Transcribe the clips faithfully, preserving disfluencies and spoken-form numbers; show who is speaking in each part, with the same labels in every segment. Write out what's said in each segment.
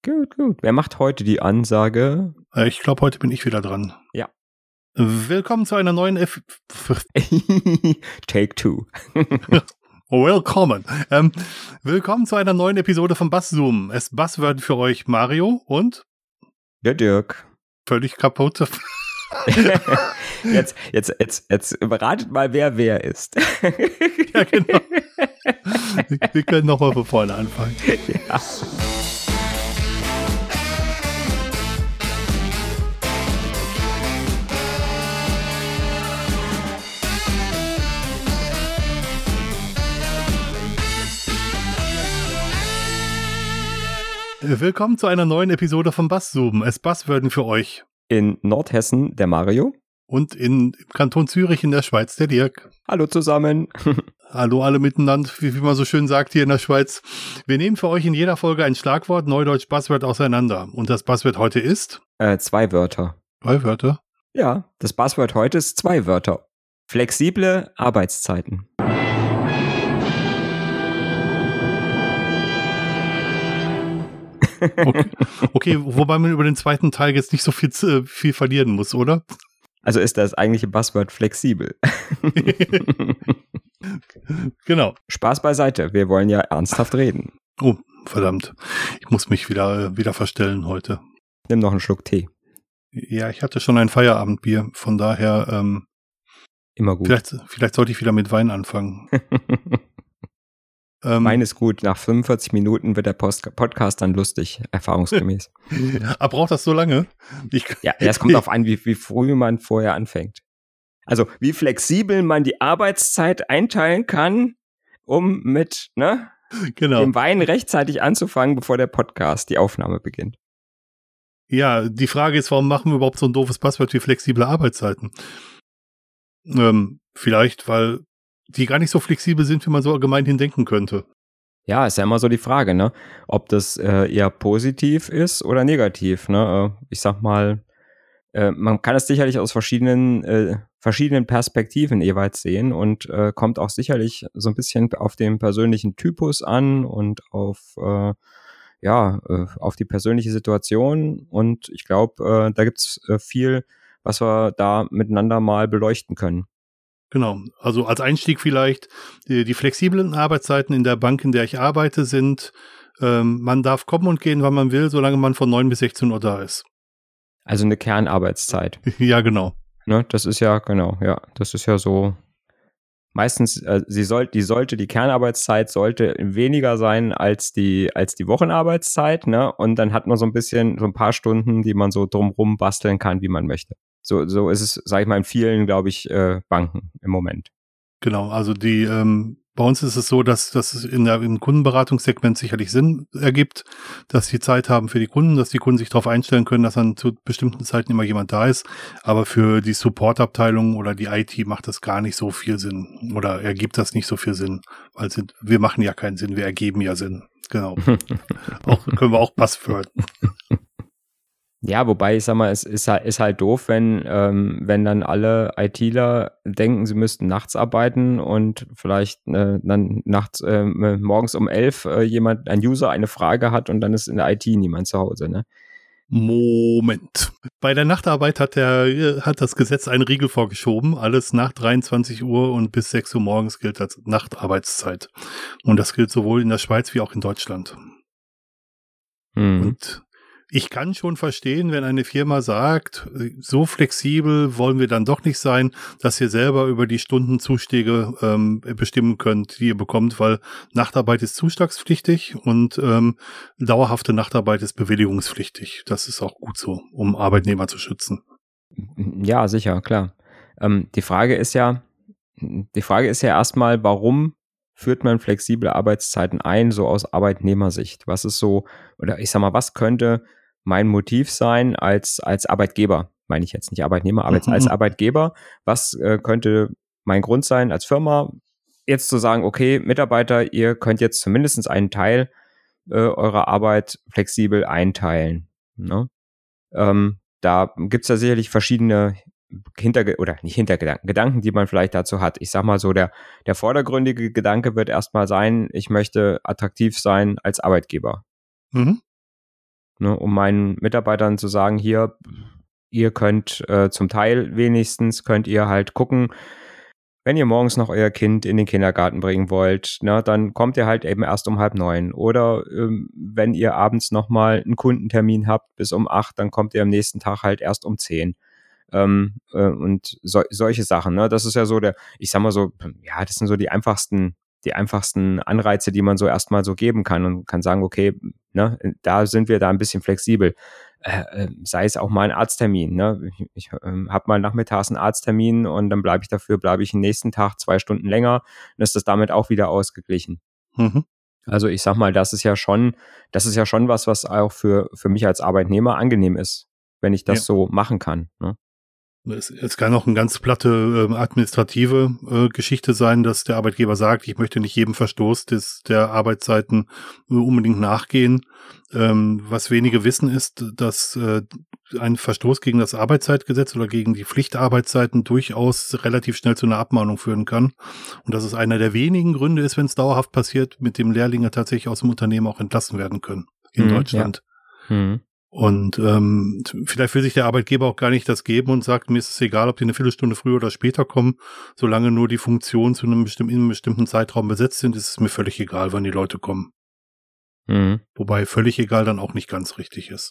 Speaker 1: Gut, gut. Wer macht heute die Ansage?
Speaker 2: Äh, ich glaube, heute bin ich wieder dran.
Speaker 1: Ja.
Speaker 2: Willkommen zu einer neuen F
Speaker 1: Take two.
Speaker 2: Willkommen. Ähm, willkommen zu einer neuen Episode von Basszoom. Es Buzzword für euch Mario und
Speaker 1: Der Dirk.
Speaker 2: Völlig kaputt.
Speaker 1: jetzt, jetzt, jetzt, jetzt ratet mal, wer wer ist.
Speaker 2: Ja, genau. Wir können nochmal von vorne anfangen.
Speaker 1: Ja.
Speaker 2: Willkommen zu einer neuen Episode von Basszoom. Es Buzzwörden für euch.
Speaker 1: In Nordhessen der Mario.
Speaker 2: Und in, im Kanton Zürich in der Schweiz der Dirk.
Speaker 1: Hallo zusammen.
Speaker 2: Hallo alle miteinander, wie, wie man so schön sagt hier in der Schweiz. Wir nehmen für euch in jeder Folge ein Schlagwort, Neudeutsch Buzzword auseinander. Und das Buzzword heute ist?
Speaker 1: Äh, zwei Wörter.
Speaker 2: Zwei Wörter?
Speaker 1: Ja, das Buzzword heute ist zwei Wörter. Flexible Arbeitszeiten.
Speaker 2: Okay. Okay, wobei man über den zweiten Teil jetzt nicht so viel, viel verlieren muss, oder?
Speaker 1: Also ist das eigentliche Buzzword flexibel.
Speaker 2: Genau.
Speaker 1: Spaß beiseite, wir wollen ja ernsthaft reden.
Speaker 2: Oh, verdammt. Ich muss mich wieder, wieder verstellen heute.
Speaker 1: Nimm noch einen Schluck Tee.
Speaker 2: Ja, ich hatte schon ein Feierabendbier, von daher ähm,
Speaker 1: immer gut.
Speaker 2: Vielleicht, vielleicht sollte ich wieder mit Wein anfangen. ähm,
Speaker 1: Wein ist gut, nach fünfundvierzig Minuten wird der Post- Podcast dann lustig, erfahrungsgemäß.
Speaker 2: Aber braucht das so lange? Ich,
Speaker 1: ja, es kommt darauf an, wie, wie früh man vorher anfängt. Also wie flexibel man die Arbeitszeit einteilen kann, um mit ne,
Speaker 2: genau.
Speaker 1: dem Wein rechtzeitig anzufangen, bevor der Podcast, die Aufnahme beginnt.
Speaker 2: Ja, die Frage ist, warum machen wir überhaupt so ein doofes Passwort wie flexible Arbeitszeiten? Ähm, vielleicht, weil die gar nicht so flexibel sind, wie man so allgemeinhin denken könnte.
Speaker 1: Ja, ist ja immer so die Frage, ne, ob das äh, eher positiv ist oder negativ, ne? Ich sag mal, äh, man kann es sicherlich aus verschiedenen äh, verschiedenen Perspektiven jeweils sehen und äh, kommt auch sicherlich so ein bisschen auf den persönlichen Typus an und auf äh, ja äh, auf die persönliche Situation, und ich glaube, äh, da gibt's äh, viel, was wir da miteinander mal beleuchten können.
Speaker 2: Genau, also als Einstieg vielleicht, die, die flexiblen Arbeitszeiten in der Bank, in der ich arbeite, sind, ähm, man darf kommen und gehen, wann man will, solange man von neun bis sechzehn Uhr da ist.
Speaker 1: Also eine Kernarbeitszeit.
Speaker 2: Ja, genau.
Speaker 1: Ne, das ist ja, genau, ja, das ist ja so, meistens, äh, sie soll, die sollte, die Kernarbeitszeit sollte weniger sein als die, als die Wochenarbeitszeit, ne, und dann hat man so ein bisschen, so ein paar Stunden, die man so drumrum basteln kann, wie man möchte. So, so ist es, sag ich mal, in vielen, glaube ich, äh, Banken im Moment.
Speaker 2: Genau, also die, ähm, bei uns ist es so, dass das in der, im Kundenberatungssegment sicherlich Sinn ergibt, dass sie Zeit haben für die Kunden, dass die Kunden sich darauf einstellen können, dass dann zu bestimmten Zeiten immer jemand da ist. Aber für die Support-Abteilung oder die I T macht das gar nicht so viel Sinn oder ergibt das nicht so viel Sinn, weil sie, wir machen ja keinen Sinn, wir ergeben ja Sinn. Genau. Auch, können wir auch Buzzword.
Speaker 1: Ja, wobei, ich sag mal, es ist halt, ist halt doof, wenn, ähm, wenn dann alle ITler denken, sie müssten nachts arbeiten und vielleicht äh, dann nachts, äh, morgens um elf äh, jemand, ein User eine Frage hat und dann ist in der I T niemand zu Hause, ne?
Speaker 2: Moment. Bei der Nachtarbeit hat der, hat das Gesetz einen Riegel vorgeschoben. Alles nach dreiundzwanzig Uhr und bis sechs Uhr morgens gilt als Nachtarbeitszeit. Und das gilt sowohl in der Schweiz wie auch in Deutschland.
Speaker 1: Hm.
Speaker 2: Und ich kann schon verstehen, wenn eine Firma sagt, so flexibel wollen wir dann doch nicht sein, dass ihr selber über die Stundenzuschläge ähm, bestimmen könnt, die ihr bekommt, weil Nachtarbeit ist zuschlagspflichtig und ähm, dauerhafte Nachtarbeit ist bewilligungspflichtig. Das ist auch gut so, um Arbeitnehmer zu schützen.
Speaker 1: Ja, sicher, klar. Ähm, die Frage ist ja, die Frage ist ja erstmal, warum führt man flexible Arbeitszeiten ein, so aus Arbeitnehmersicht? Was ist so, oder ich sag mal, was könnte mein Motiv sein als, als Arbeitgeber? Meine ich jetzt nicht Arbeitnehmer, aber jetzt als Arbeitgeber. Was äh, könnte mein Grund sein als Firma, jetzt zu sagen, okay, Mitarbeiter, ihr könnt jetzt zumindest einen Teil äh, eurer Arbeit flexibel einteilen. Ne? Ähm, da gibt's ja sicherlich verschiedene Hinterge- oder nicht Hintergedanken, Gedanken, die man vielleicht dazu hat. Ich sag mal so, der, der vordergründige Gedanke wird erstmal sein, ich möchte attraktiv sein als Arbeitgeber.
Speaker 2: Mhm.
Speaker 1: ne, um meinen Mitarbeitern zu sagen, hier, ihr könnt äh, zum Teil wenigstens, könnt ihr halt gucken, wenn ihr morgens noch euer Kind in den Kindergarten bringen wollt, ne, dann kommt ihr halt eben erst um halb neun. Oder ähm, wenn ihr abends nochmal einen Kundentermin habt bis um acht, dann kommt ihr am nächsten Tag halt erst um zehn. Ähm, äh, und so, solche Sachen, ne? Das ist ja so der, ich sag mal so, ja, das sind so die einfachsten, die einfachsten Anreize, die man so erstmal so geben kann und kann sagen, okay, ne, da sind wir da ein bisschen flexibel. Äh, sei es auch mal ein Arzttermin. Ne? Ich, ich äh, habe mal nachmittags einen Arzttermin und dann bleibe ich dafür, bleibe ich den nächsten Tag zwei Stunden länger und ist das damit auch wieder ausgeglichen.
Speaker 2: Mhm.
Speaker 1: Also ich sag mal, das ist ja schon, das ist ja schon was, was auch für, für mich als Arbeitnehmer angenehm ist, wenn ich das ja. so machen kann. Ne?
Speaker 2: Es, es kann auch eine ganz platte äh, administrative äh, Geschichte sein, dass der Arbeitgeber sagt, ich möchte nicht jedem Verstoß des, der Arbeitszeiten äh, unbedingt nachgehen. Ähm, was wenige wissen ist, dass äh, ein Verstoß gegen das Arbeitszeitgesetz oder gegen die Pflichtarbeitszeiten durchaus relativ schnell zu einer Abmahnung führen kann. Und dass es einer der wenigen Gründe ist, wenn es dauerhaft passiert, mit dem Lehrlinge tatsächlich aus dem Unternehmen auch entlassen werden können in mhm, Deutschland. Ja. Mhm. Und ähm, vielleicht will sich der Arbeitgeber auch gar nicht das geben und sagt, mir ist es egal, ob die eine Viertelstunde früher oder später kommen, solange nur die Funktionen zu einem bestimmten, in einem bestimmten Zeitraum besetzt sind, ist es mir völlig egal, wann die Leute kommen. Mhm. Wobei völlig egal dann auch nicht ganz richtig ist.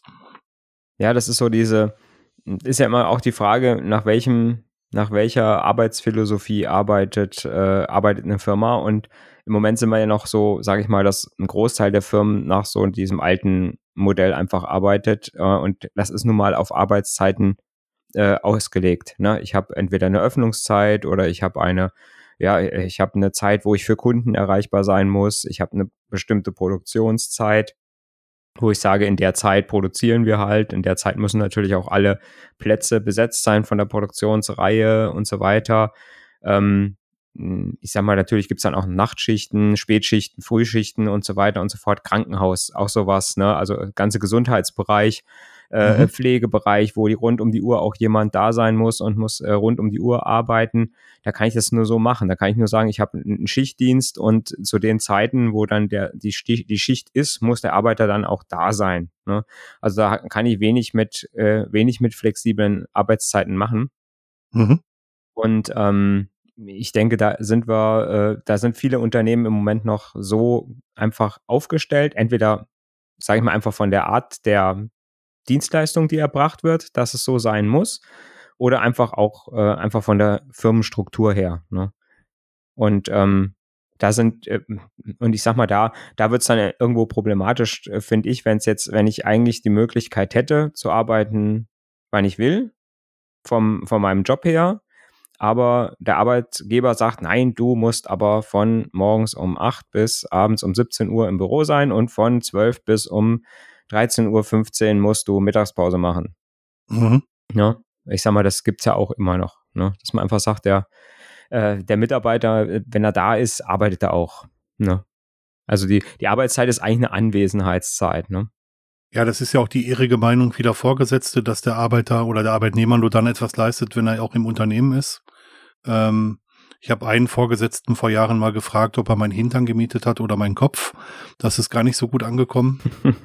Speaker 1: Ja, das ist so diese, ist ja immer auch die Frage, nach welchem, nach welcher Arbeitsphilosophie arbeitet, äh, arbeitet eine Firma, und im Moment sind wir ja noch so, sage ich mal, dass ein Großteil der Firmen nach so diesem alten Modell einfach arbeitet, äh, und das ist nun mal auf Arbeitszeiten äh, ausgelegt. Ne? Ich habe entweder eine Öffnungszeit oder ich habe eine, ja, ich habe eine Zeit, wo ich für Kunden erreichbar sein muss. Ich habe eine bestimmte Produktionszeit, wo ich sage, in der Zeit produzieren wir halt. In der Zeit müssen natürlich auch alle Plätze besetzt sein von der Produktionsreihe und so weiter. Ähm, ich sag mal, natürlich gibt's dann auch Nachtschichten, Spätschichten, Frühschichten und so weiter und so fort. Krankenhaus, auch sowas, ne? Also ganze Gesundheitsbereich, äh, mhm. Pflegebereich, wo die rund um die Uhr auch jemand da sein muss und muss äh, rund um die Uhr arbeiten. Da kann ich das nur so machen. Da kann ich nur sagen, ich habe einen Schichtdienst und zu den Zeiten, wo dann der die, Stich, die Schicht ist, muss der Arbeiter dann auch da sein. Ne? Also da kann ich wenig mit äh, wenig mit flexiblen Arbeitszeiten machen. Mhm. Und ähm, ich denke, da sind wir, äh, da sind viele Unternehmen im Moment noch so einfach aufgestellt. Entweder, sage ich mal, einfach von der Art der Dienstleistung, die erbracht wird, dass es so sein muss, oder einfach auch äh, einfach von der Firmenstruktur her. Ne? Und ähm, da sind, äh, und ich sag mal, da, da wird es dann irgendwo problematisch, äh, finde ich, wenn es jetzt, wenn ich eigentlich die Möglichkeit hätte, zu arbeiten, wann ich will, vom, von meinem Job her, aber der Arbeitgeber sagt, nein, du musst aber von morgens um acht bis abends um siebzehn Uhr im Büro sein und von zwölf bis um dreizehn Uhr fünfzehn musst du Mittagspause machen. Mhm. Ja, ich sag mal, das gibt's ja auch immer noch, ne? Dass man einfach sagt, der, äh, der Mitarbeiter, wenn er da ist, arbeitet er auch. Ne? Also die, die Arbeitszeit ist eigentlich eine Anwesenheitszeit. Ne?
Speaker 2: Ja, das ist ja auch die irrige Meinung vieler Vorgesetzte, dass der Arbeiter oder der Arbeitnehmer nur dann etwas leistet, wenn er auch im Unternehmen ist. Ähm, ich habe einen Vorgesetzten vor Jahren mal gefragt, ob er meinen Hintern gemietet hat oder meinen Kopf. Das ist gar nicht so gut angekommen.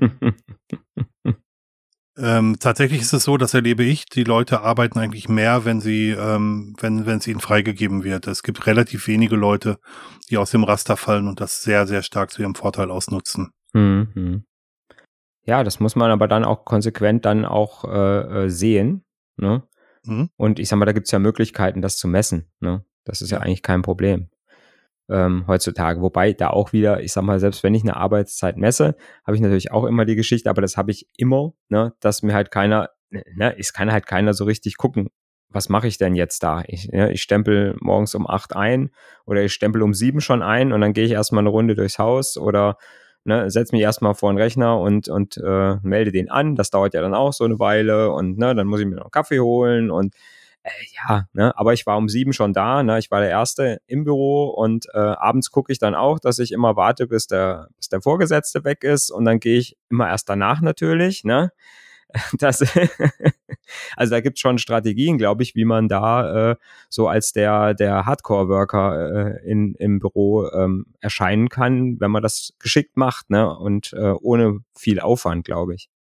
Speaker 2: ähm, tatsächlich ist es so, das erlebe ich, die Leute arbeiten eigentlich mehr, wenn sie, ähm, wenn, wenn es ihnen freigegeben wird. Es gibt relativ wenige Leute, die aus dem Raster fallen und das sehr, sehr stark zu ihrem Vorteil ausnutzen.
Speaker 1: Mhm. Ja, das muss man aber dann auch konsequent dann auch äh, sehen. Ne? Mhm. Und ich sag mal, da gibt's ja Möglichkeiten, das zu messen. Ne? Das ist ja. ja eigentlich kein Problem ähm, heutzutage. Wobei da auch wieder, ich sag mal, selbst wenn ich eine Arbeitszeit messe, habe ich natürlich auch immer die Geschichte, aber das habe ich immer, ne, dass mir halt keiner, ne, es kann halt keiner so richtig gucken, was mache ich denn jetzt da? Ich, ne, ich stempel morgens um acht ein oder ich stempel um sieben schon ein und dann gehe ich erstmal eine Runde durchs Haus oder ne, setz mich erstmal vor den Rechner und, und äh, melde den an. Das dauert ja dann auch so eine Weile und ne, dann muss ich mir noch einen Kaffee holen und äh, ja, ne, aber ich war um sieben schon da, ne, ich war der Erste im Büro und äh, abends gucke ich dann auch, dass ich immer warte, bis der, bis der Vorgesetzte weg ist und dann gehe ich immer erst danach natürlich, ne. Das, also da gibt es schon Strategien, glaube ich, wie man da äh, so als der, der Hardcore-Worker äh, in, im Büro ähm, erscheinen kann, wenn man das geschickt macht, ne? Und äh, ohne viel Aufwand, glaube ich.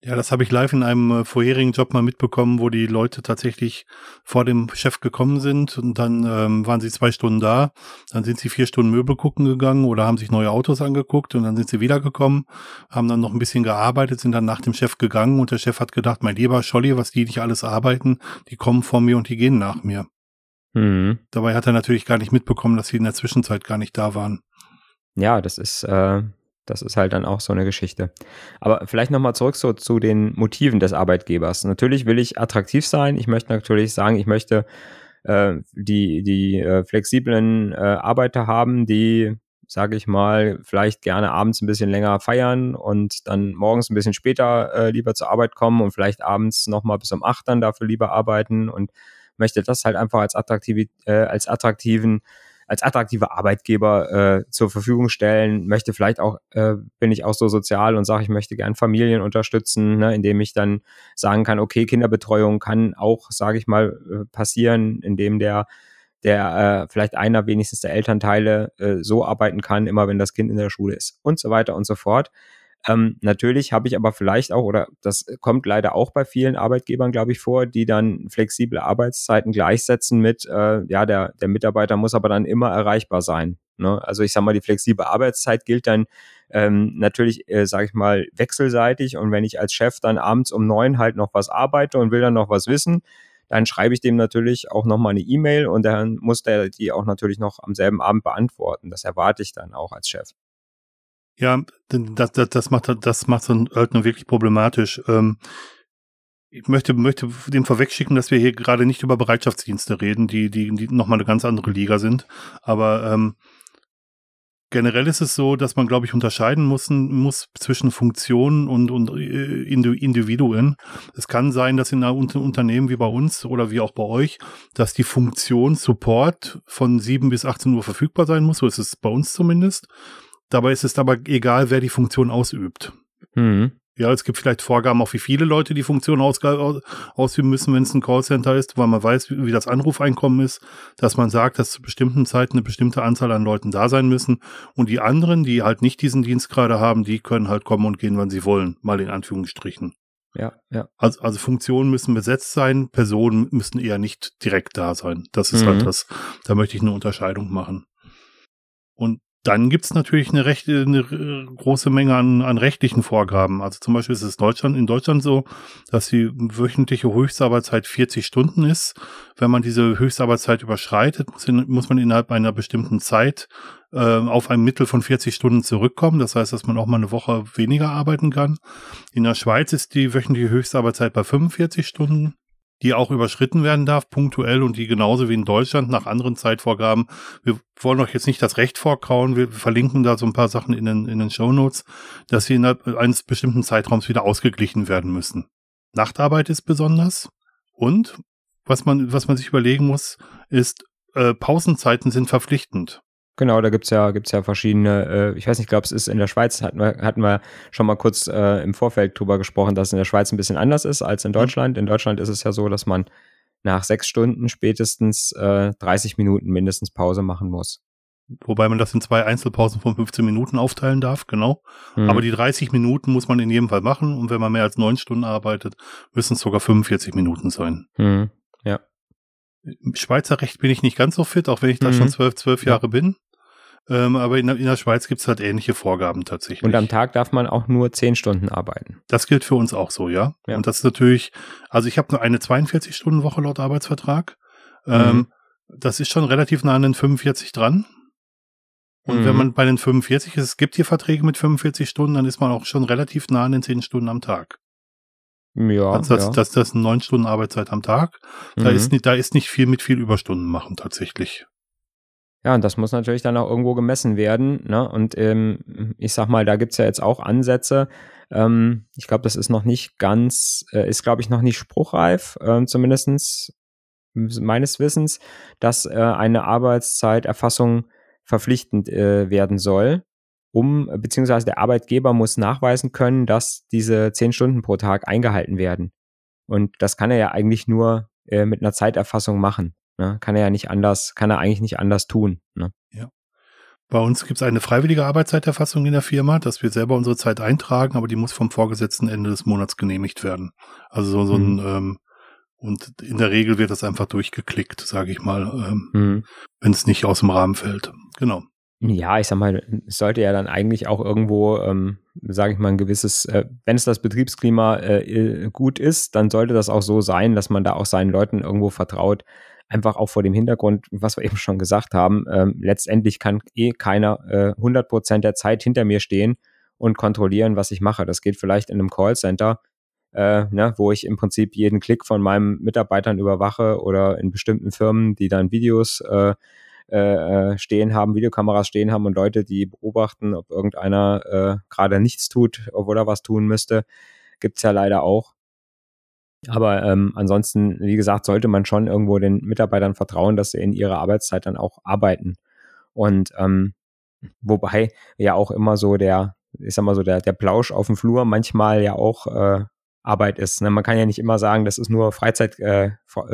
Speaker 2: Ja, das habe ich live in einem äh, vorherigen Job mal mitbekommen, wo die Leute tatsächlich vor dem Chef gekommen sind und dann ähm, waren sie zwei Stunden da, dann sind sie vier Stunden Möbel gucken gegangen oder haben sich neue Autos angeguckt und dann sind sie wiedergekommen, haben dann noch ein bisschen gearbeitet, sind dann nach dem Chef gegangen und der Chef hat gedacht, mein lieber Scholli, was die nicht alles arbeiten, die kommen vor mir und die gehen nach mir.
Speaker 1: Mhm.
Speaker 2: Dabei hat er natürlich gar nicht mitbekommen, dass sie in der Zwischenzeit gar nicht da waren.
Speaker 1: Ja, das ist, äh, das ist halt dann auch so eine Geschichte. Aber vielleicht nochmal zurück so zu den Motiven des Arbeitgebers. Natürlich will ich attraktiv sein. Ich möchte natürlich sagen, ich möchte äh, die, die äh, flexiblen äh, Arbeiter haben, die, sage ich mal, vielleicht gerne abends ein bisschen länger feiern und dann morgens ein bisschen später äh, lieber zur Arbeit kommen und vielleicht abends nochmal bis um acht dann dafür lieber arbeiten und möchte das halt einfach als, attraktiv, äh, als attraktiven als attraktiver Arbeitgeber äh, zur Verfügung stellen, möchte vielleicht auch, äh, bin ich auch so sozial und sage, ich möchte gern Familien unterstützen, ne, indem ich dann sagen kann, okay, Kinderbetreuung kann auch, sage ich mal, äh, passieren, indem der der äh, vielleicht einer wenigstens der Elternteile äh, so arbeiten kann, immer wenn das Kind in der Schule ist und so weiter und so fort. Ähm, natürlich habe ich aber vielleicht auch, oder das kommt leider auch bei vielen Arbeitgebern, glaube ich, vor, die dann flexible Arbeitszeiten gleichsetzen mit, äh, ja, der, der Mitarbeiter muss aber dann immer erreichbar sein. Ne? Also ich sage mal, die flexible Arbeitszeit gilt dann ähm, natürlich, äh, sage ich mal, wechselseitig. Und wenn ich als Chef dann abends um neun halt noch was arbeite und will dann noch was wissen, dann schreibe ich dem natürlich auch nochmal eine E-Mail und dann muss der die auch natürlich noch am selben Abend beantworten. Das erwarte ich dann auch als Chef.
Speaker 2: Ja, das, das, das macht das macht so ein Oerdner wirklich problematisch. Ähm, ich möchte möchte dem vorwegschicken, dass wir hier gerade nicht über Bereitschaftsdienste reden, die die die nochmal eine ganz andere Liga sind. Aber ähm, generell ist es so, dass man, glaube ich, unterscheiden muss, muss zwischen Funktionen und, und äh, Individuen. Es kann sein, dass in einem Unternehmen wie bei uns oder wie auch bei euch, dass die Funktion Support von sieben bis achtzehn Uhr verfügbar sein muss. So ist es bei uns zumindest. Dabei ist es aber egal, wer die Funktion ausübt.
Speaker 1: Mhm.
Speaker 2: Ja, es gibt vielleicht Vorgaben auch, wie viele Leute die Funktion ausüben müssen, wenn es ein Callcenter ist, weil man weiß, wie, wie das Anrufeinkommen ist, dass man sagt, dass zu bestimmten Zeiten eine bestimmte Anzahl an Leuten da sein müssen. Und die anderen, die halt nicht diesen Dienst gerade haben, die können halt kommen und gehen, wann sie wollen, mal in Anführungsstrichen.
Speaker 1: Ja, ja.
Speaker 2: Also, also Funktionen müssen besetzt sein, Personen müssen eher nicht direkt da sein. Das ist mhm. halt das, da möchte ich eine Unterscheidung machen. Und dann gibt's natürlich eine, recht, eine große Menge an, an rechtlichen Vorgaben. Also zum Beispiel ist es Deutschland, in Deutschland so, dass die wöchentliche Höchstarbeitszeit vierzig Stunden ist. Wenn man diese Höchstarbeitszeit überschreitet, muss, in, muss man innerhalb einer bestimmten Zeit äh, auf ein Mittel von vierzig Stunden zurückkommen. Das heißt, dass man auch mal eine Woche weniger arbeiten kann. In der Schweiz ist die wöchentliche Höchstarbeitszeit bei fünfundvierzig Stunden, die auch überschritten werden darf, punktuell, und die genauso wie in Deutschland nach anderen Zeitvorgaben. Wir wollen euch jetzt nicht das Recht vorkauen, wir verlinken da so ein paar Sachen in den, in den Shownotes, dass sie innerhalb eines bestimmten Zeitraums wieder ausgeglichen werden müssen. Nachtarbeit ist besonders, und was man, was man sich überlegen muss, ist, äh, Pausenzeiten sind verpflichtend.
Speaker 1: Genau, da gibt's ja, gibt's ja verschiedene, äh, ich weiß nicht, ich glaube, es ist in der Schweiz, hatten wir, hatten wir schon mal kurz äh, im Vorfeld drüber gesprochen, dass es in der Schweiz ein bisschen anders ist als in Deutschland. In Deutschland ist es ja so, dass man nach sechs Stunden spätestens äh, dreißig Minuten mindestens Pause machen muss.
Speaker 2: Wobei man das in zwei Einzelpausen von fünfzehn Minuten aufteilen darf, genau. Mhm. Aber die dreißig Minuten muss man in jedem Fall machen, und wenn man mehr als neun Stunden arbeitet, müssen es sogar fünfundvierzig Minuten sein.
Speaker 1: Mhm. Ja.
Speaker 2: Im Schweizer Recht bin ich nicht ganz so fit, auch wenn ich da mhm. schon zwölf, zwölf Jahre ja. bin. Ähm, aber in der, in der Schweiz gibt es halt ähnliche Vorgaben tatsächlich.
Speaker 1: Und am Tag darf man auch nur zehn Stunden arbeiten.
Speaker 2: Das gilt für uns auch so, ja. ja. Und das ist natürlich, also ich habe nur eine zweiundvierzig-Stunden-Woche laut Arbeitsvertrag. Mhm. Ähm, das ist schon relativ nah an den fünfundvierzig dran. Und mhm. wenn man bei den fünfundvierzig ist, es gibt hier Verträge mit fünfundvierzig Stunden, dann ist man auch schon relativ nah an den zehn Stunden am Tag.
Speaker 1: Ja,
Speaker 2: also das,
Speaker 1: ja.
Speaker 2: das, das ist neun Stunden Arbeitszeit am Tag. Da mhm. ist nicht, da ist nicht viel mit viel Überstunden machen tatsächlich.
Speaker 1: Ja, und das muss natürlich dann auch irgendwo gemessen werden, ne? Und ähm, ich sag mal, da gibt's ja jetzt auch Ansätze. Ähm, ich glaube, das ist noch nicht ganz, äh, ist glaube ich noch nicht spruchreif, äh, zumindestens meines Wissens, dass äh, eine Arbeitszeiterfassung verpflichtend äh, werden soll, um, beziehungsweise der Arbeitgeber muss nachweisen können, dass diese zehn Stunden pro Tag eingehalten werden. Und das kann er ja eigentlich nur äh, mit einer Zeiterfassung machen. Ne? Kann er ja nicht anders, kann er eigentlich nicht anders tun. Ne?
Speaker 2: Ja. Bei uns gibt es eine freiwillige Arbeitszeiterfassung in der Firma, dass wir selber unsere Zeit eintragen, aber die muss vom Vorgesetzten Ende des Monats genehmigt werden. Also so, so ein, mhm. ähm, und in der Regel wird das einfach durchgeklickt, sage ich mal, ähm, mhm. wenn es nicht aus dem Rahmen fällt. Genau.
Speaker 1: Ja, ich sag mal, es sollte ja dann eigentlich auch irgendwo, ähm, sage ich mal, ein gewisses, äh, wenn es das Betriebsklima äh, gut ist, dann sollte das auch so sein, dass man da auch seinen Leuten irgendwo vertraut. Einfach auch vor dem Hintergrund, was wir eben schon gesagt haben, ähm, letztendlich kann eh keiner äh, hundert Prozent der Zeit hinter mir stehen und kontrollieren, was ich mache. Das geht vielleicht in einem Callcenter, äh, ne, wo ich im Prinzip jeden Klick von meinen Mitarbeitern überwache oder in bestimmten Firmen, die dann Videos äh, äh, stehen haben, Videokameras stehen haben und Leute, die beobachten, ob irgendeiner äh, gerade nichts tut, obwohl er was tun müsste. Gibt's ja leider auch. Aber ähm, ansonsten, wie gesagt, sollte man schon irgendwo den Mitarbeitern vertrauen, dass sie in ihrer Arbeitszeit dann auch arbeiten. Und ähm, wobei ja auch immer so der, ich sag mal so, der, der Plausch auf dem Flur manchmal ja auch äh, Arbeit ist. Ne? Man kann ja nicht immer sagen, das ist nur Freizeit, äh,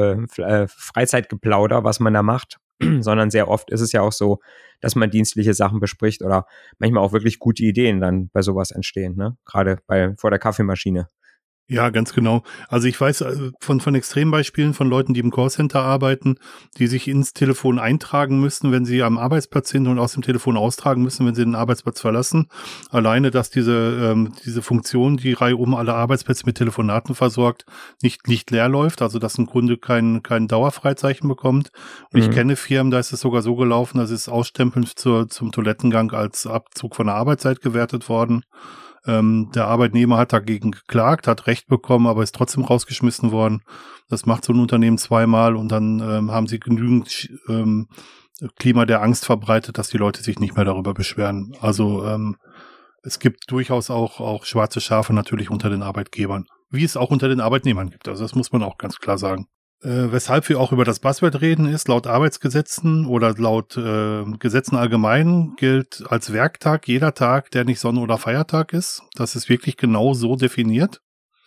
Speaker 1: äh, Freizeitgeplauder, was man da macht, sondern sehr oft ist es ja auch so, dass man dienstliche Sachen bespricht oder manchmal auch wirklich gute Ideen dann bei sowas entstehen, ne? Gerade bei vor der Kaffeemaschine.
Speaker 2: Ja, ganz genau. Also ich weiß von, von Extrembeispielen von Leuten, die im Callcenter arbeiten, die sich ins Telefon eintragen müssen, wenn sie am Arbeitsplatz sind und aus dem Telefon austragen müssen, wenn sie den Arbeitsplatz verlassen. Alleine, dass diese ähm, diese Funktion, die Reihe um alle Arbeitsplätze mit Telefonaten versorgt, nicht nicht leer läuft, also dass ein Kunde kein kein Dauerfreizeichen bekommt. Und mhm. ich kenne Firmen, da ist es sogar so gelaufen, dass es Ausstempeln zur, zum Toilettengang als Abzug von der Arbeitszeit gewertet worden. Ähm, der Arbeitnehmer hat dagegen geklagt, hat Recht bekommen, aber ist trotzdem rausgeschmissen worden. Das macht so ein Unternehmen zweimal und dann ähm, haben sie genügend ähm, Klima der Angst verbreitet, dass die Leute sich nicht mehr darüber beschweren. Also ähm, es gibt durchaus auch, auch schwarze Schafe natürlich unter den Arbeitgebern, wie es auch unter den Arbeitnehmern gibt. Also das muss man auch ganz klar sagen. Äh, weshalb wir auch über das Buzzword reden ist, laut Arbeitsgesetzen oder laut äh, Gesetzen allgemein gilt als Werktag jeder Tag, der nicht Sonn- oder Feiertag ist. Das ist wirklich genau so definiert.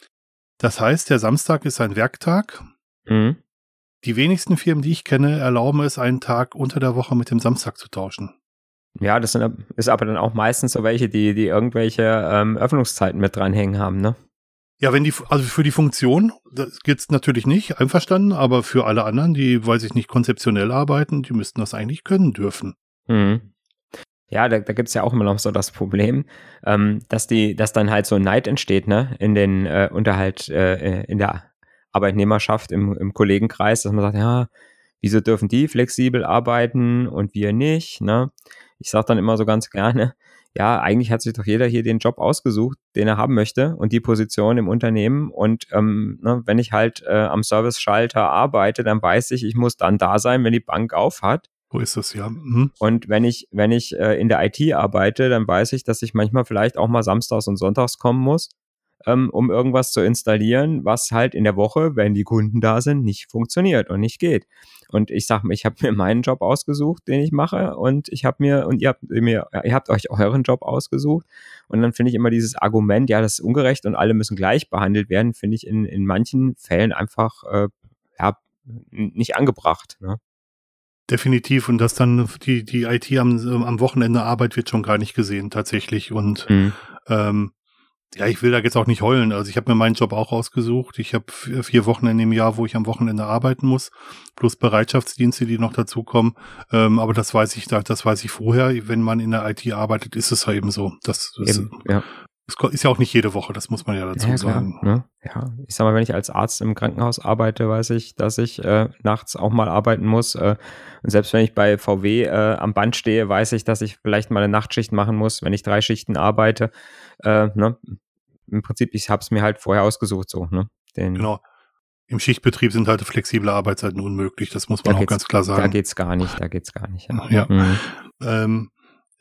Speaker 2: Das heißt, der Samstag ist ein Werktag. Mhm. Die wenigsten Firmen, die ich kenne, erlauben es, einen Tag unter der Woche mit dem Samstag zu tauschen.
Speaker 1: Ja, das sind, ist aber dann auch meistens so welche, die, die irgendwelche ähm, Öffnungszeiten mit dranhängen haben, ne?
Speaker 2: Ja, wenn die, also für die Funktion, das gibt's natürlich nicht, einverstanden, aber für alle anderen, die, weiß ich nicht, konzeptionell arbeiten, die müssten das eigentlich können dürfen.
Speaker 1: Mhm. Ja, da, da gibt's ja auch immer noch so das Problem, ähm, dass die, dass dann halt so Neid entsteht, ne, in den, äh, Unterhalt, äh, in der Arbeitnehmerschaft, im, im Kollegenkreis, dass man sagt, ja, wieso dürfen die flexibel arbeiten und wir nicht, ne? Ich sag dann immer so ganz gerne, ja, eigentlich hat sich doch jeder hier den Job ausgesucht, den er haben möchte und die Position im Unternehmen. Und ähm, ne, wenn ich halt äh, am Service-Schalter arbeite, dann weiß ich, ich muss dann da sein, wenn die Bank auf hat.
Speaker 2: So ist es, ja. Mhm.
Speaker 1: Und wenn ich, wenn ich äh, in der I T arbeite, dann weiß ich, dass ich manchmal vielleicht auch mal samstags und sonntags kommen muss, ähm, um irgendwas zu installieren, was halt in der Woche, wenn die Kunden da sind, nicht funktioniert und nicht geht. Und ich sag mal, ich habe mir meinen Job ausgesucht, den ich mache, und ich habe mir, und ihr habt mir, ihr habt euch euren Job ausgesucht. Und dann finde ich immer dieses Argument, ja, das ist ungerecht und alle müssen gleich behandelt werden, finde ich in, in manchen Fällen einfach äh, ja, nicht angebracht, ne?
Speaker 2: Definitiv. Und dass dann die, die I T am, am Wochenende Arbeit wird schon gar nicht gesehen, tatsächlich. Und mhm. ähm, ja, ich will da jetzt auch nicht heulen. Also ich habe mir meinen Job auch ausgesucht. Ich habe vier Wochenende im Jahr, wo ich am Wochenende arbeiten muss, plus Bereitschaftsdienste, die noch dazukommen. Ähm, aber das weiß ich, das weiß ich vorher. Wenn man in der I T arbeitet, ist es ja eben so. Das, das eben, ja. Das ist ja auch nicht jede Woche, das muss man ja dazu
Speaker 1: ja,
Speaker 2: sagen.
Speaker 1: Klar, ne? Ja, ich sag mal, wenn ich als Arzt im Krankenhaus arbeite, weiß ich, dass ich äh, nachts auch mal arbeiten muss. Äh, und selbst wenn ich bei V W äh, am Band stehe, weiß ich, dass ich vielleicht mal eine Nachtschicht machen muss, wenn ich drei Schichten arbeite. Äh, ne? Im Prinzip, ich habe es mir halt vorher ausgesucht, so. Ne? Den,
Speaker 2: genau. Im Schichtbetrieb sind halt flexible Arbeitszeiten unmöglich, das muss man auch ganz klar sagen.
Speaker 1: Da geht's gar nicht, da geht's gar nicht.
Speaker 2: Ja. ja. Mhm. Ähm,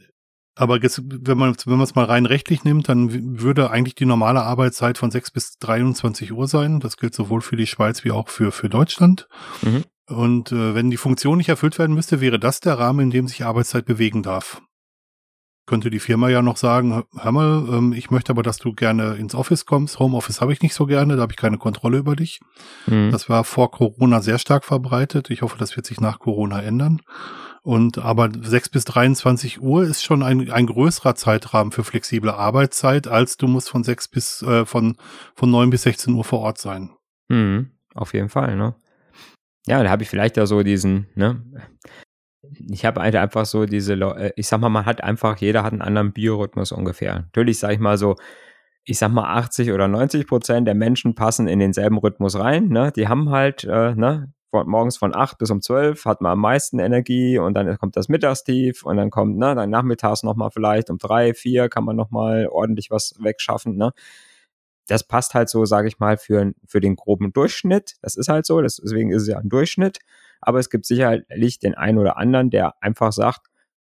Speaker 2: Aber jetzt, wenn man wenn man es mal rein rechtlich nimmt, dann würde eigentlich die normale Arbeitszeit von sechs bis dreiundzwanzig Uhr sein. Das gilt sowohl für die Schweiz wie auch für für Deutschland. Mhm. Und äh, wenn die Funktion nicht erfüllt werden müsste, wäre das der Rahmen, in dem sich Arbeitszeit bewegen darf. könnte die Firma ja noch sagen, hör mal, ähm, ich möchte aber, dass du gerne ins Office kommst. Homeoffice habe ich nicht so gerne, da habe ich keine Kontrolle über dich. Mhm. Das war vor Corona sehr stark verbreitet. Ich hoffe, das wird sich nach Corona ändern. Und aber sechs bis dreiundzwanzig Uhr ist schon ein, ein größerer Zeitrahmen für flexible Arbeitszeit, als du musst von sechs bis äh, von von neun bis sechzehn Uhr vor Ort sein.
Speaker 1: Mhm, auf jeden Fall, ne? Ja, da habe ich vielleicht ja so diesen, ne? Ich habe halt einfach so diese, Le- ich sag mal, man hat einfach, jeder hat einen anderen Biorhythmus ungefähr. Natürlich sage ich mal so, ich sag mal achtzig oder neunzig Prozent der Menschen passen in denselben Rhythmus rein, ne? Die haben halt, äh, ne? Von, morgens von acht bis um zwölf hat man am meisten Energie und dann kommt das Mittagstief und dann kommt, ne, dann nachmittags nochmal vielleicht um drei, vier kann man nochmal ordentlich was wegschaffen, ne? Das passt halt so, sage ich mal, für, für den groben Durchschnitt. Das ist halt so, das, deswegen ist es ja ein Durchschnitt. Aber es gibt sicherlich den einen oder anderen, der einfach sagt,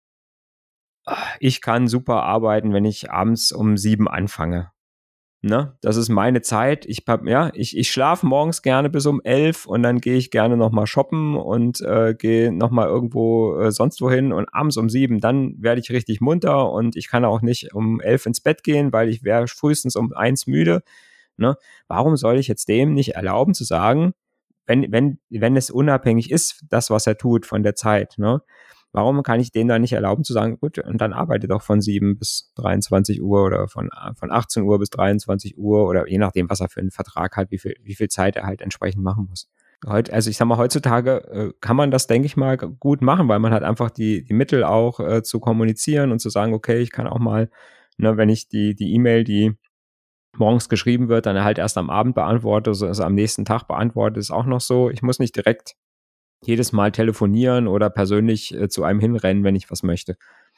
Speaker 1: ich kann super arbeiten, wenn ich abends um sieben anfange. Ne? Das ist meine Zeit. Ich, ja, ich, ich schlafe morgens gerne bis um elf und dann gehe ich gerne nochmal shoppen und äh, gehe nochmal irgendwo äh, sonst wohin und abends um sieben, dann werde ich richtig munter und ich kann auch nicht um elf ins Bett gehen, weil ich wäre frühestens um eins müde. Ne? Warum soll ich jetzt dem nicht erlauben zu sagen, wenn, wenn, wenn es unabhängig ist, das, was er tut von der Zeit, ne? Warum kann ich denen dann nicht erlauben zu sagen, gut, und dann arbeite doch von sieben bis dreiundzwanzig Uhr oder von, von achtzehn Uhr bis dreiundzwanzig Uhr oder je nachdem, was er für einen Vertrag hat, wie viel, wie viel Zeit er halt entsprechend machen muss. Heut, also ich sag mal, heutzutage äh, kann man das, denke ich mal, gut machen, weil man hat einfach die, die Mittel auch äh, zu kommunizieren und zu sagen, okay, ich kann auch mal, ne, wenn ich die, die E-Mail, die morgens geschrieben wird, dann halt erst am Abend beantworte, also am nächsten Tag beantworte, ist auch noch so. Ich muss nicht direkt jedes Mal telefonieren oder persönlich äh, zu einem hinrennen, wenn ich was möchte.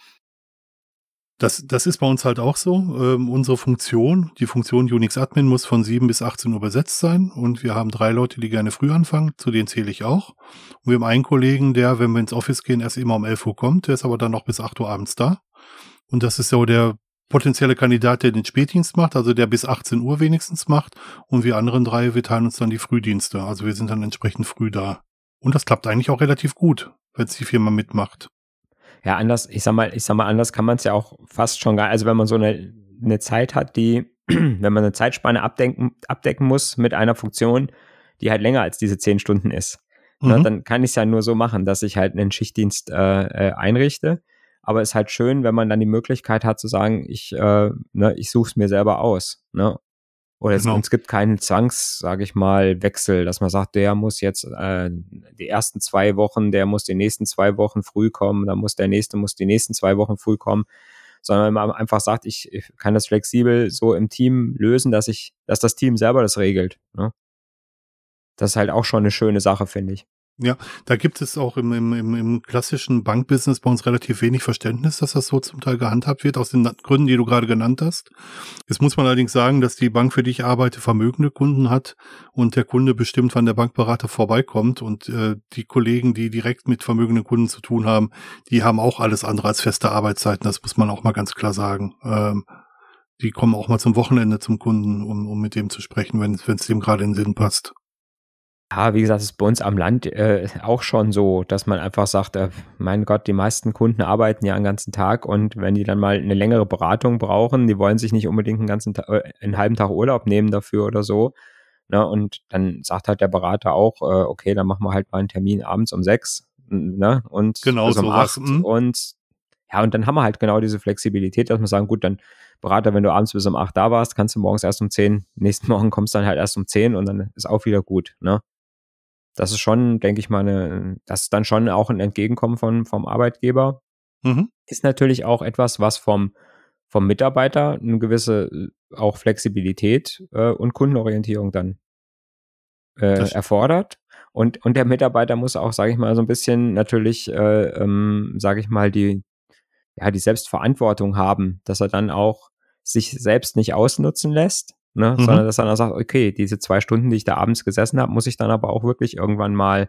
Speaker 2: Das, das ist bei uns halt auch so. Ähm, unsere Funktion, die Funktion Unix Admin muss von sieben bis achtzehn Uhr besetzt sein und wir haben drei Leute, die gerne früh anfangen, zu denen zähle ich auch. Und wir haben einen Kollegen, der, wenn wir ins Office gehen, erst immer um elf Uhr kommt, der ist aber dann noch bis acht Uhr abends da. Und das ist so der potenzielle Kandidat, der den Spätdienst macht, also der bis achtzehn Uhr wenigstens macht. Und wir anderen drei, wir teilen uns dann die Frühdienste. Also wir sind dann entsprechend früh da. Und das klappt eigentlich auch relativ gut, wenn es die Firma mitmacht.
Speaker 1: Ja, anders, ich sag mal, ich sag mal, anders kann man es ja auch fast schon gar, also wenn man so eine, eine Zeit hat, die, wenn man eine Zeitspanne abdenken, abdecken muss mit einer Funktion, die halt länger als diese zehn Stunden ist, mhm. ne, dann kann ich es ja nur so machen, dass ich halt einen Schichtdienst äh, äh, einrichte. Aber es ist halt schön, wenn man dann die Möglichkeit hat zu sagen, ich, äh, ne, ich suche es mir selber aus, ne? Oder es, genau. es gibt keinen Zwangs, sage ich mal, Wechsel, dass man sagt, der muss jetzt äh, die ersten zwei Wochen, der muss die nächsten zwei Wochen früh kommen, dann muss der nächste, muss die nächsten zwei Wochen früh kommen, sondern man einfach sagt, ich, ich kann das flexibel so im Team lösen, dass ich, dass das Team selber das regelt. Ne? Das ist halt auch schon eine schöne Sache, finde ich.
Speaker 2: Ja, da gibt es auch im, im, im, im klassischen Bankbusiness bei uns relativ wenig Verständnis, dass das so zum Teil gehandhabt wird, aus den Gründen, die du gerade genannt hast. Jetzt muss man allerdings sagen, dass die Bank, für die ich arbeite, vermögende Kunden hat und der Kunde bestimmt, wann der Bankberater vorbeikommt und äh, die Kollegen, die direkt mit vermögenden Kunden zu tun haben, die haben auch alles andere als feste Arbeitszeiten, das muss man auch mal ganz klar sagen. Ähm, die kommen auch mal zum Wochenende zum Kunden, um, um mit dem zu sprechen, wenn es dem gerade in den Sinn passt.
Speaker 1: Ja, wie gesagt, es ist bei uns am Land äh, auch schon so, dass man einfach sagt, äh, mein Gott, die meisten Kunden arbeiten ja den ganzen Tag und wenn die dann mal eine längere Beratung brauchen, die wollen sich nicht unbedingt einen ganzen Tag, äh, einen halben Tag Urlaub nehmen dafür oder so. Ne? Und dann sagt halt der Berater auch, äh, okay, dann machen wir halt mal einen Termin abends um sechs, ne? Und
Speaker 2: genau,
Speaker 1: bis um
Speaker 2: sowas.
Speaker 1: acht und ja, und dann haben wir halt genau diese Flexibilität, dass wir sagen, gut, dann Berater, wenn du abends bis um acht da warst, kannst du morgens erst um zehn, nächsten Morgen kommst dann halt erst um zehn und dann ist auch wieder gut, ne? Das ist schon, denke ich mal, eine, das ist dann schon auch ein Entgegenkommen von, vom Arbeitgeber. Mhm. Ist natürlich auch etwas, was vom, vom Mitarbeiter eine gewisse auch Flexibilität äh, und Kundenorientierung dann äh, erfordert. Und, und der Mitarbeiter muss auch, sage ich mal, so ein bisschen natürlich, äh, ähm, sage ich mal, die, ja, die Selbstverantwortung haben, dass er dann auch sich selbst nicht ausnutzen lässt. Ne, mhm. Sondern dass er dann sagt, okay, diese zwei Stunden, die ich da abends gesessen habe, muss ich dann aber auch wirklich irgendwann mal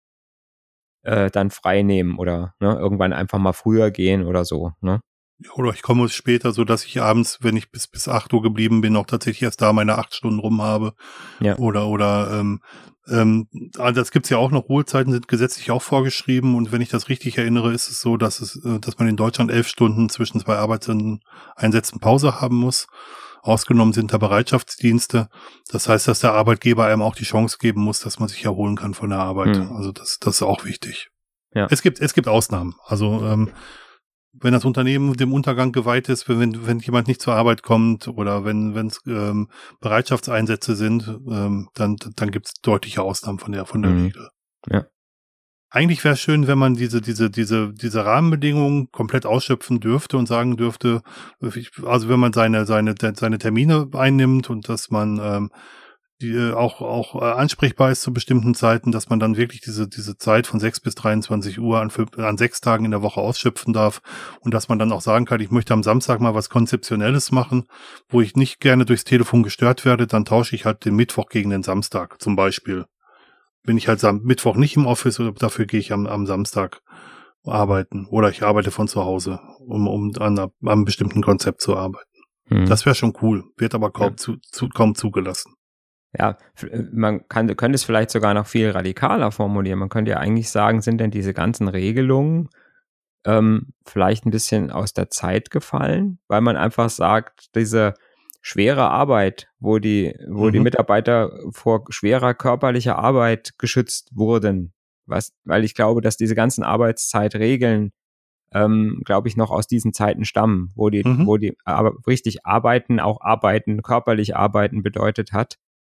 Speaker 1: äh, dann frei nehmen oder ne, irgendwann einfach mal früher gehen oder so. Ne?
Speaker 2: Oder ich komme später, so dass ich abends, wenn ich bis bis acht Uhr geblieben bin, auch tatsächlich erst da meine acht Stunden rum habe. Ja. Oder oder ähm, Ähm, also das gibt's ja auch noch, Ruhezeiten sind gesetzlich auch vorgeschrieben und wenn ich das richtig erinnere, ist es so, dass es, dass man in Deutschland elf Stunden zwischen zwei Arbeitseinsätzen Pause haben muss. Ausgenommen sind da Bereitschaftsdienste. Das heißt, dass der Arbeitgeber einem auch die Chance geben muss, dass man sich erholen kann von der Arbeit. Hm. Also das, das ist auch wichtig.
Speaker 1: Ja.
Speaker 2: Es gibt, es gibt Ausnahmen. Also ähm, wenn das Unternehmen dem Untergang geweiht ist, wenn, wenn jemand nicht zur Arbeit kommt oder wenn wenn es ähm, Bereitschaftseinsätze sind, ähm, dann dann gibt es deutliche Ausnahmen von der von der hm. Regel.
Speaker 1: Ja.
Speaker 2: Eigentlich wäre es schön, wenn man diese, diese, diese, diese Rahmenbedingungen komplett ausschöpfen dürfte und sagen dürfte, also wenn man seine, seine, seine Termine einnimmt und dass man, ähm, die auch, auch ansprechbar ist zu bestimmten Zeiten, dass man dann wirklich diese, diese Zeit von sechs bis dreiundzwanzig Uhr an, an sechs Tagen in der Woche ausschöpfen darf und dass man dann auch sagen kann, ich möchte am Samstag mal was Konzeptionelles machen, wo ich nicht gerne durchs Telefon gestört werde, dann tausche ich halt den Mittwoch gegen den Samstag zum Beispiel. Bin ich halt am Mittwoch nicht im Office oder dafür gehe ich am, am Samstag arbeiten oder ich arbeite von zu Hause, um, um an, an einem bestimmten Konzept zu arbeiten. Hm. Das wäre schon cool, wird aber kaum, ja. zu, zu, kaum zugelassen.
Speaker 1: Ja, man kann, könnte es vielleicht sogar noch viel radikaler formulieren. Man könnte ja eigentlich sagen, sind denn diese ganzen Regelungen ähm, vielleicht ein bisschen aus der Zeit gefallen, weil man einfach sagt, diese schwere Arbeit, wo die, wo mhm. die Mitarbeiter vor schwerer körperlicher Arbeit geschützt wurden. Was, weil ich glaube, dass diese ganzen Arbeitszeitregeln, ähm, glaube ich, noch aus diesen Zeiten stammen, wo die, mhm. wo die aber richtig arbeiten, auch arbeiten, körperlich arbeiten bedeutet hat.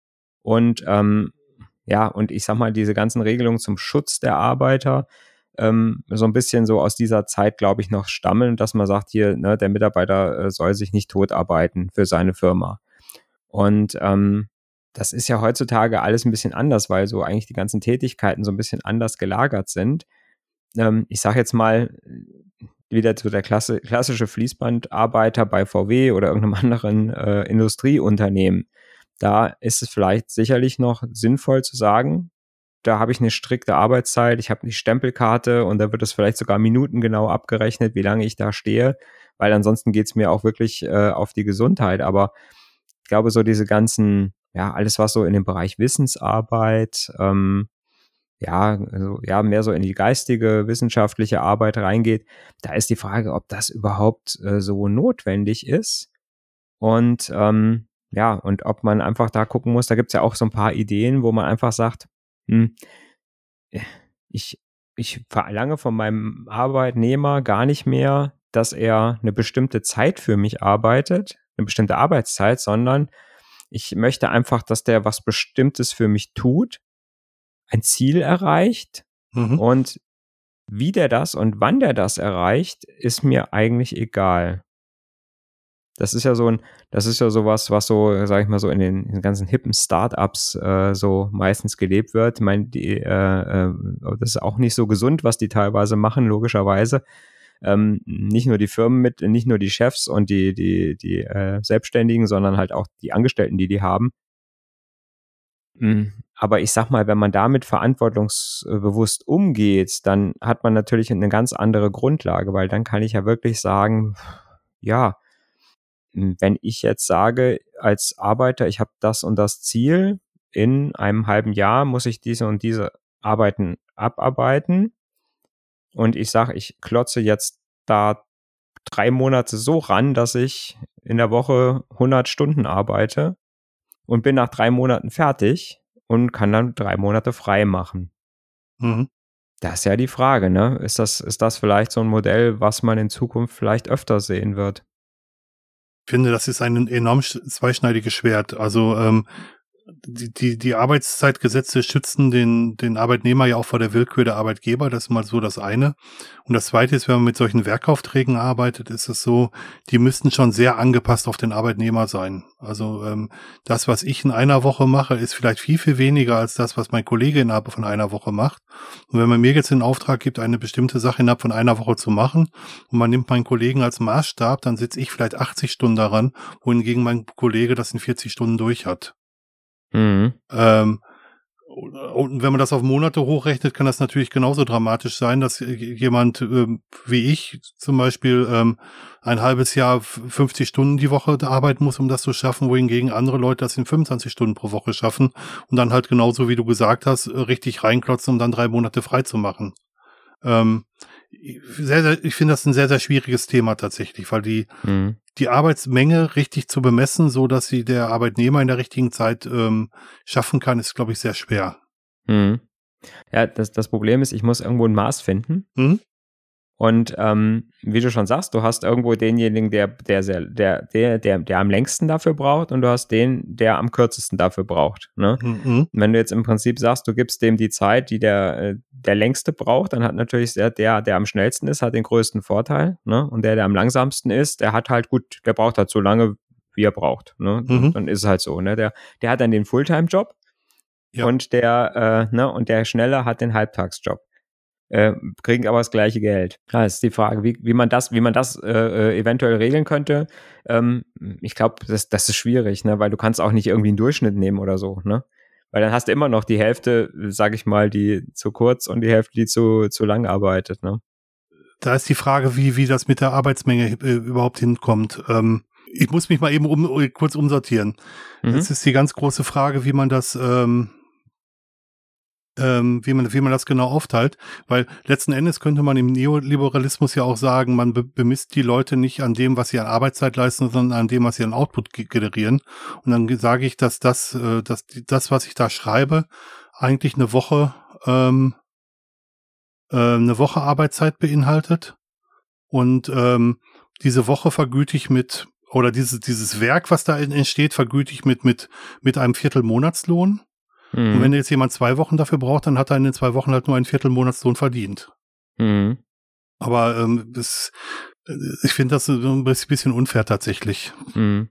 Speaker 1: Und ähm, ja, und ich sag mal, diese ganzen Regelungen zum Schutz der Arbeiter, ähm, so ein bisschen so aus dieser Zeit, glaube ich, noch stammeln, dass man sagt, hier, ne, der Mitarbeiter äh, soll sich nicht totarbeiten für seine Firma. Und ähm, das ist ja heutzutage alles ein bisschen anders, weil so eigentlich die ganzen Tätigkeiten so ein bisschen anders gelagert sind. Ähm, ich sage jetzt mal, wieder zu der Klasse, klassische Fließbandarbeiter bei V W oder irgendeinem anderen äh, Industrieunternehmen. Da ist es vielleicht sicherlich noch sinnvoll zu sagen, da habe ich eine strikte Arbeitszeit, ich habe die Stempelkarte und da wird es vielleicht sogar minutengenau abgerechnet, wie lange ich da stehe, weil ansonsten geht es mir auch wirklich äh, auf die Gesundheit. Aber ich glaube, so diese ganzen, ja, alles, was so in den Bereich Wissensarbeit, ähm, ja, also, ja, mehr so in die geistige, wissenschaftliche Arbeit reingeht, da ist die Frage, ob das überhaupt äh, so notwendig ist. Und ähm, ja, und ob man einfach da gucken muss, da gibt es ja auch so ein paar Ideen, wo man einfach sagt, hm, ich, ich verlange von meinem Arbeitnehmer gar nicht mehr, dass er eine bestimmte Zeit für mich arbeitet, eine bestimmte Arbeitszeit, sondern ich möchte einfach, dass der was Bestimmtes für mich tut, ein Ziel erreicht mhm. und wie der das und wann der das erreicht, ist mir eigentlich egal. Das ist ja so ein, das ist ja sowas, was so, sag ich mal, so in den, in den ganzen hippen Startups äh, so meistens gelebt wird. Ich meine, die, äh, äh, das ist auch nicht so gesund, was die teilweise machen, logischerweise. Ähm, nicht nur die Firmen mit, nicht nur die Chefs und die, die, die äh, Selbstständigen, sondern halt auch die Angestellten, die die haben. Aber ich sag mal, wenn man damit verantwortungsbewusst umgeht, dann hat man natürlich eine ganz andere Grundlage, weil dann kann ich ja wirklich sagen, ja, wenn ich jetzt sage, als Arbeiter, ich habe das und das Ziel, in einem halben Jahr muss ich diese und diese Arbeiten abarbeiten und ich sage, ich klotze jetzt da drei Monate so ran, dass ich in der Woche hundert Stunden arbeite und bin nach drei Monaten fertig und kann dann drei Monate frei machen. Mhm. Das ist ja die Frage, ne? Ist das, ist das vielleicht so ein Modell, was man in Zukunft vielleicht öfter sehen wird?
Speaker 2: Ich finde, das ist ein enorm zweischneidiges Schwert. Also ähm, die, die, die Arbeitszeitgesetze schützen den, den Arbeitnehmer ja auch vor der Willkür der Arbeitgeber. Das ist mal so das eine. Und das zweite ist, wenn man mit solchen Werkaufträgen arbeitet, ist es so, die müssten schon sehr angepasst auf den Arbeitnehmer sein. Also ähm, das, was ich in einer Woche mache, ist vielleicht viel, viel weniger als das, was mein Kollege innerhalb von einer Woche macht. Und wenn man mir jetzt den Auftrag gibt, eine bestimmte Sache innerhalb von einer Woche zu machen und man nimmt meinen Kollegen als Maßstab, dann sitze ich vielleicht achtzig Stunden daran, wohingegen mein Kollege das in vierzig Stunden durch hat. Mhm. Ähm, Und wenn man das auf Monate hochrechnet, kann das natürlich genauso dramatisch sein, dass jemand ähm, wie ich zum Beispiel ähm, ein halbes Jahr fünfzig Stunden die Woche arbeiten muss, um das zu schaffen, wohingegen andere Leute das in fünfundzwanzig Stunden pro Woche schaffen und dann halt genauso, wie du gesagt hast, richtig reinklotzen, um dann drei Monate frei zu machen. Ähm, sehr, sehr, ich finde das ein sehr, sehr schwieriges Thema tatsächlich, weil die, mhm. die Arbeitsmenge richtig zu bemessen, so dass sie der Arbeitnehmer in der richtigen Zeit ähm, schaffen kann, ist, glaube ich, sehr schwer.
Speaker 1: Mhm. Ja, das, das Problem ist, ich muss irgendwo ein Maß finden. Mhm. Und ähm, wie du schon sagst, du hast irgendwo denjenigen, der, der, sehr, der, der, der, der am längsten dafür braucht, und du hast den, der am kürzesten dafür braucht. Ne? Mhm. Wenn du jetzt im Prinzip sagst, du gibst dem die Zeit, die der, der längste braucht, dann hat natürlich der, der, der am schnellsten ist, hat den größten Vorteil. Ne? Und der, der am langsamsten ist, der hat halt gut, der braucht halt so lange, wie er braucht. Ne? Mhm. Dann ist es halt so. Ne? Der, der hat dann den Fulltime-Job, ja. und der, äh, ne, und der Schnelle hat den Halbtagsjob. Äh, kriegen aber das gleiche Geld. Klar, ist die Frage, wie, wie man das, wie man das äh, eventuell regeln könnte. Ähm, ich glaube, das, das ist schwierig, ne, weil du kannst auch nicht irgendwie einen Durchschnitt nehmen oder so, ne? Weil dann hast du immer noch die Hälfte, sag ich mal, die zu kurz und die Hälfte, die zu, zu lang arbeitet, ne?
Speaker 2: Da ist die Frage, wie, wie das mit der Arbeitsmenge äh, überhaupt hinkommt. Ähm, ich muss mich mal eben um, kurz umsortieren. Mhm. Jetzt ist die ganz große Frage, wie man das, ähm, Ähm, wie man, wie man das genau aufteilt, weil letzten Endes könnte man im Neoliberalismus ja auch sagen, man be- bemisst die Leute nicht an dem, was sie an Arbeitszeit leisten, sondern an dem, was sie an Output ge- generieren. Und dann sage ich, dass das, äh, dass die, das, was ich da schreibe, eigentlich eine Woche, ähm, äh, eine Woche Arbeitszeit beinhaltet. Und ähm, diese Woche vergüte ich mit, oder dieses, dieses Werk, was da entsteht, vergüte ich mit, mit, mit einem Viertelmonatslohn. Mhm. Und wenn jetzt jemand zwei Wochen dafür braucht, dann hat er in den zwei Wochen halt nur einen Viertelmonatslohn verdient. Mhm. Aber ähm, das, ich finde das so ein bisschen unfair tatsächlich.
Speaker 1: Mhm.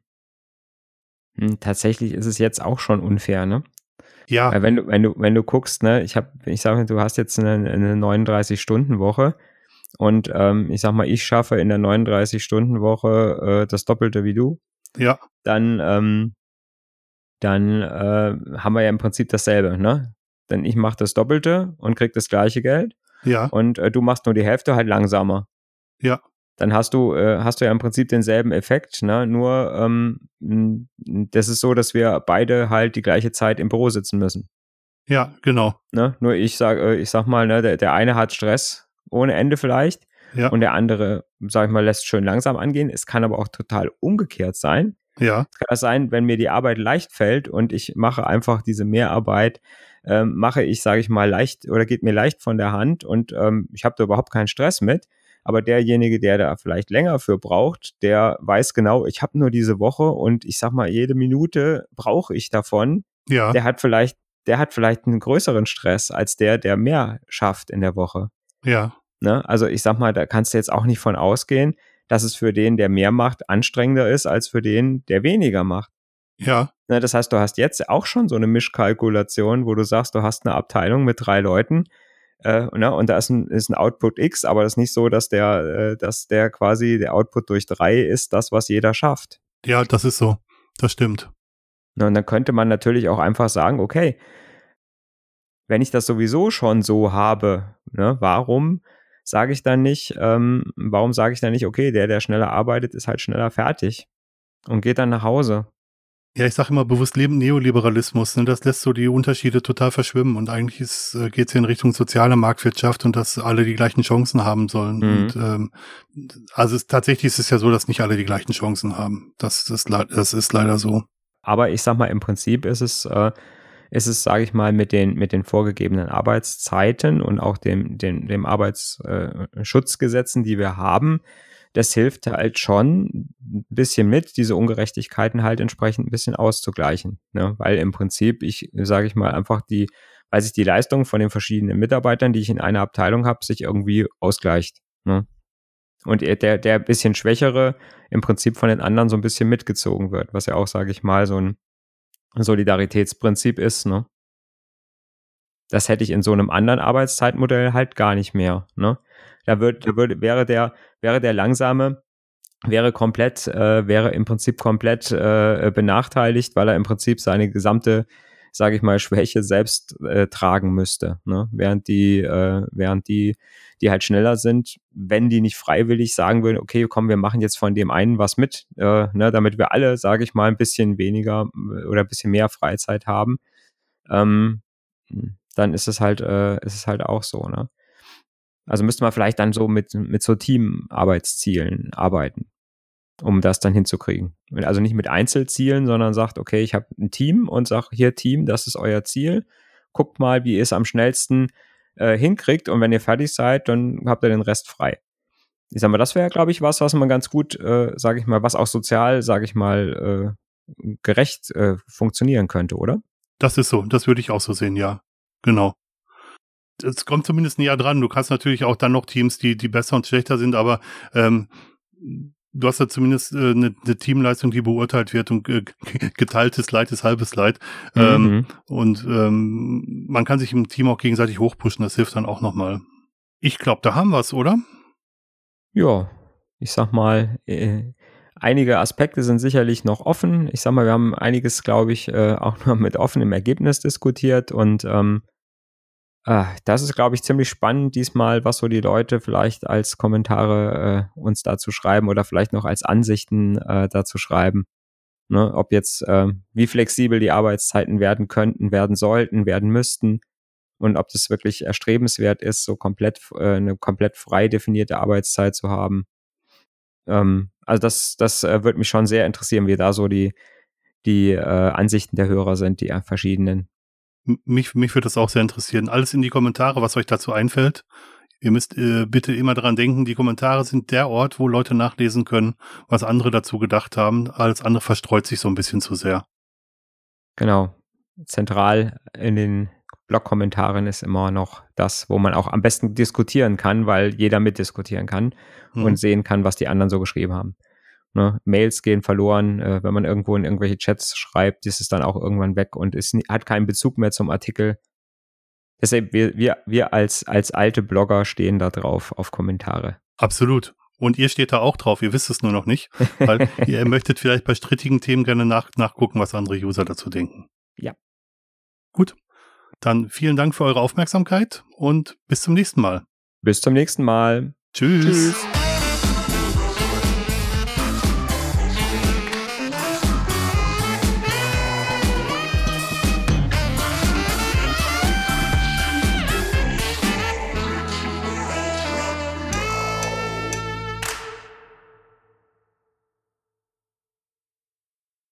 Speaker 1: Tatsächlich ist es jetzt auch schon unfair, ne?
Speaker 2: Ja.
Speaker 1: Weil wenn du, wenn du, wenn du guckst, ne, ich habe, ich sage, du hast jetzt eine, eine neununddreißig-Stunden-Woche und ähm, ich sag mal, ich schaffe in der neununddreißig-Stunden-Woche äh, das Doppelte wie du.
Speaker 2: Ja.
Speaker 1: Dann ähm, dann äh, haben wir ja im Prinzip dasselbe, ne? Denn ich mache das Doppelte und krieg das gleiche Geld.
Speaker 2: Ja.
Speaker 1: Und äh, du machst nur die Hälfte halt langsamer.
Speaker 2: Ja.
Speaker 1: Dann hast du, äh, hast du ja im Prinzip denselben Effekt, ne? Nur ähm, das ist so, dass wir beide halt die gleiche Zeit im Büro sitzen müssen.
Speaker 2: Ja, genau.
Speaker 1: Ne? Nur ich sag, äh, ich sag mal, ne, der, der eine hat Stress ohne Ende vielleicht,
Speaker 2: ja.
Speaker 1: und der andere, sag ich mal, lässt schön langsam angehen. Es kann aber auch total umgekehrt sein.
Speaker 2: Ja.
Speaker 1: Es kann das sein, wenn mir die Arbeit leicht fällt und ich mache einfach diese Mehrarbeit, ähm, mache ich, sage ich mal, leicht oder geht mir leicht von der Hand und ähm, ich habe da überhaupt keinen Stress mit. Aber derjenige, der da vielleicht länger für braucht, der weiß genau, ich habe nur diese Woche und ich sag mal, jede Minute brauche ich davon.
Speaker 2: Ja.
Speaker 1: Der hat vielleicht, der hat vielleicht einen größeren Stress als der, der mehr schafft in der Woche.
Speaker 2: Ja.
Speaker 1: Ne? Also ich sag mal, da kannst du jetzt auch nicht von ausgehen, dass es für den, der mehr macht, anstrengender ist als für den, der weniger macht.
Speaker 2: Ja.
Speaker 1: Ne, das heißt, du hast jetzt auch schon so eine Mischkalkulation, wo du sagst, du hast eine Abteilung mit drei Leuten, äh, ne, und da ist ein, ist ein Output X, aber das ist nicht so, dass der, äh, dass der quasi der Output durch drei ist, das, was jeder schafft.
Speaker 2: Ja, das ist so. Das stimmt.
Speaker 1: Ne, und dann könnte man natürlich auch einfach sagen, okay, wenn ich das sowieso schon so habe, ne, warum sage ich dann nicht, ähm, warum sage ich dann nicht, okay, der, der schneller arbeitet, ist halt schneller fertig und geht dann nach Hause.
Speaker 2: Ja, ich sage immer bewusst Neoliberalismus, ne? Das lässt so die Unterschiede total verschwimmen und eigentlich geht es in Richtung soziale Marktwirtschaft und dass alle die gleichen Chancen haben sollen. Mhm. Und ähm, also es, tatsächlich ist es ja so, dass nicht alle die gleichen Chancen haben. Das, das, das ist leider so. Aber
Speaker 1: ich sag mal, im Prinzip ist es äh, ist es, sage ich mal, mit den, mit den vorgegebenen Arbeitszeiten und auch dem, dem, dem Arbeitsschutzgesetzen, die wir haben, das hilft halt schon ein bisschen mit, diese Ungerechtigkeiten halt entsprechend ein bisschen auszugleichen. Ne? Weil im Prinzip, ich sage ich mal, einfach die, weil sich die Leistung von den verschiedenen Mitarbeitern, die ich in einer Abteilung habe, sich irgendwie ausgleicht. Ne? Und der, der bisschen Schwächere im Prinzip von den anderen so ein bisschen mitgezogen wird, was ja auch, sage ich mal, so ein Solidaritätsprinzip ist, ne? Das hätte ich in so einem anderen Arbeitszeitmodell halt gar nicht mehr, ne? Da wird, da würde, wäre der, wäre der Langsame, wäre komplett, äh, wäre im Prinzip komplett äh, benachteiligt, weil er im Prinzip seine gesamte, sage ich mal, Schwäche selbst äh, tragen müsste, ne? Während die, äh, während die, die halt schneller sind, wenn die nicht freiwillig sagen würden, okay, komm, wir machen jetzt von dem einen was mit, äh, ne, damit wir alle, sage ich mal, ein bisschen weniger äh, oder ein bisschen mehr Freizeit haben, ähm, dann ist es halt, äh, ist es halt auch so, ne? Also müsste man vielleicht dann so mit, mit so Teamarbeitszielen arbeiten, um das dann hinzukriegen. Also nicht mit Einzelzielen, sondern sagt, okay, ich habe ein Team und sage, hier Team, das ist euer Ziel. Guckt mal, wie ihr es am schnellsten äh, hinkriegt und wenn ihr fertig seid, dann habt ihr den Rest frei. Ich sag mal, das wäre, glaube ich, was, was man ganz gut, äh, sage ich mal, was auch sozial, sage ich mal, äh, gerecht äh, funktionieren könnte, oder?
Speaker 2: Das ist so, das würde ich auch so sehen, ja. Genau. Es kommt zumindest näher dran. Du hast natürlich auch dann noch Teams, die, die besser und schlechter sind, aber ähm, du hast ja zumindest äh, eine, eine Teamleistung, die beurteilt wird und äh, geteiltes Leid ist halbes Leid.
Speaker 1: Mhm.
Speaker 2: Ähm, und ähm, man kann sich im Team auch gegenseitig hochpushen, das hilft dann auch nochmal. Ich glaube, da haben wir es, oder?
Speaker 1: Ja, ich sag mal, äh, einige Aspekte sind sicherlich noch offen. Ich sag mal, wir haben einiges, glaube ich, äh, auch nur mit offenem Ergebnis diskutiert und ähm, äh, das ist, glaube ich, ziemlich spannend diesmal, was so die Leute vielleicht als Kommentare äh, uns dazu schreiben oder vielleicht noch als Ansichten äh, dazu schreiben. Ne? Ob jetzt, äh, wie flexibel die Arbeitszeiten werden könnten, werden sollten, werden müssten und ob das wirklich erstrebenswert ist, so komplett äh, eine komplett frei definierte Arbeitszeit zu haben. Ähm, also das, das äh, würde mich schon sehr interessieren, wie da so die, die äh, Ansichten der Hörer sind, die äh, verschiedenen.
Speaker 2: Mich, mich würde das auch sehr interessieren. Alles in die Kommentare, was euch dazu einfällt. Ihr müsst äh, bitte immer daran denken, die Kommentare sind der Ort, wo Leute nachlesen können, was andere dazu gedacht haben. Alles andere verstreut sich so ein bisschen zu sehr.
Speaker 1: Genau. Zentral in den Blog-Kommentaren ist immer noch das, wo man auch am besten diskutieren kann, weil jeder mitdiskutieren kann
Speaker 2: Mhm.
Speaker 1: und sehen kann, was die anderen so geschrieben haben. Ne? Mails gehen verloren, äh, wenn man irgendwo in irgendwelche Chats schreibt, ist es dann auch irgendwann weg und ist, hat keinen Bezug mehr zum Artikel. Deshalb, wir, wir, wir als, als alte Blogger stehen da drauf auf Kommentare.
Speaker 2: Absolut. Und ihr steht da auch drauf, ihr wisst es nur noch nicht, weil ihr möchtet vielleicht bei strittigen Themen gerne nach, nachgucken, was andere User dazu denken.
Speaker 1: Ja.
Speaker 2: Gut, dann vielen Dank für eure Aufmerksamkeit und bis zum nächsten Mal.
Speaker 1: Bis zum nächsten Mal.
Speaker 2: Tschüss.
Speaker 1: Tschüss.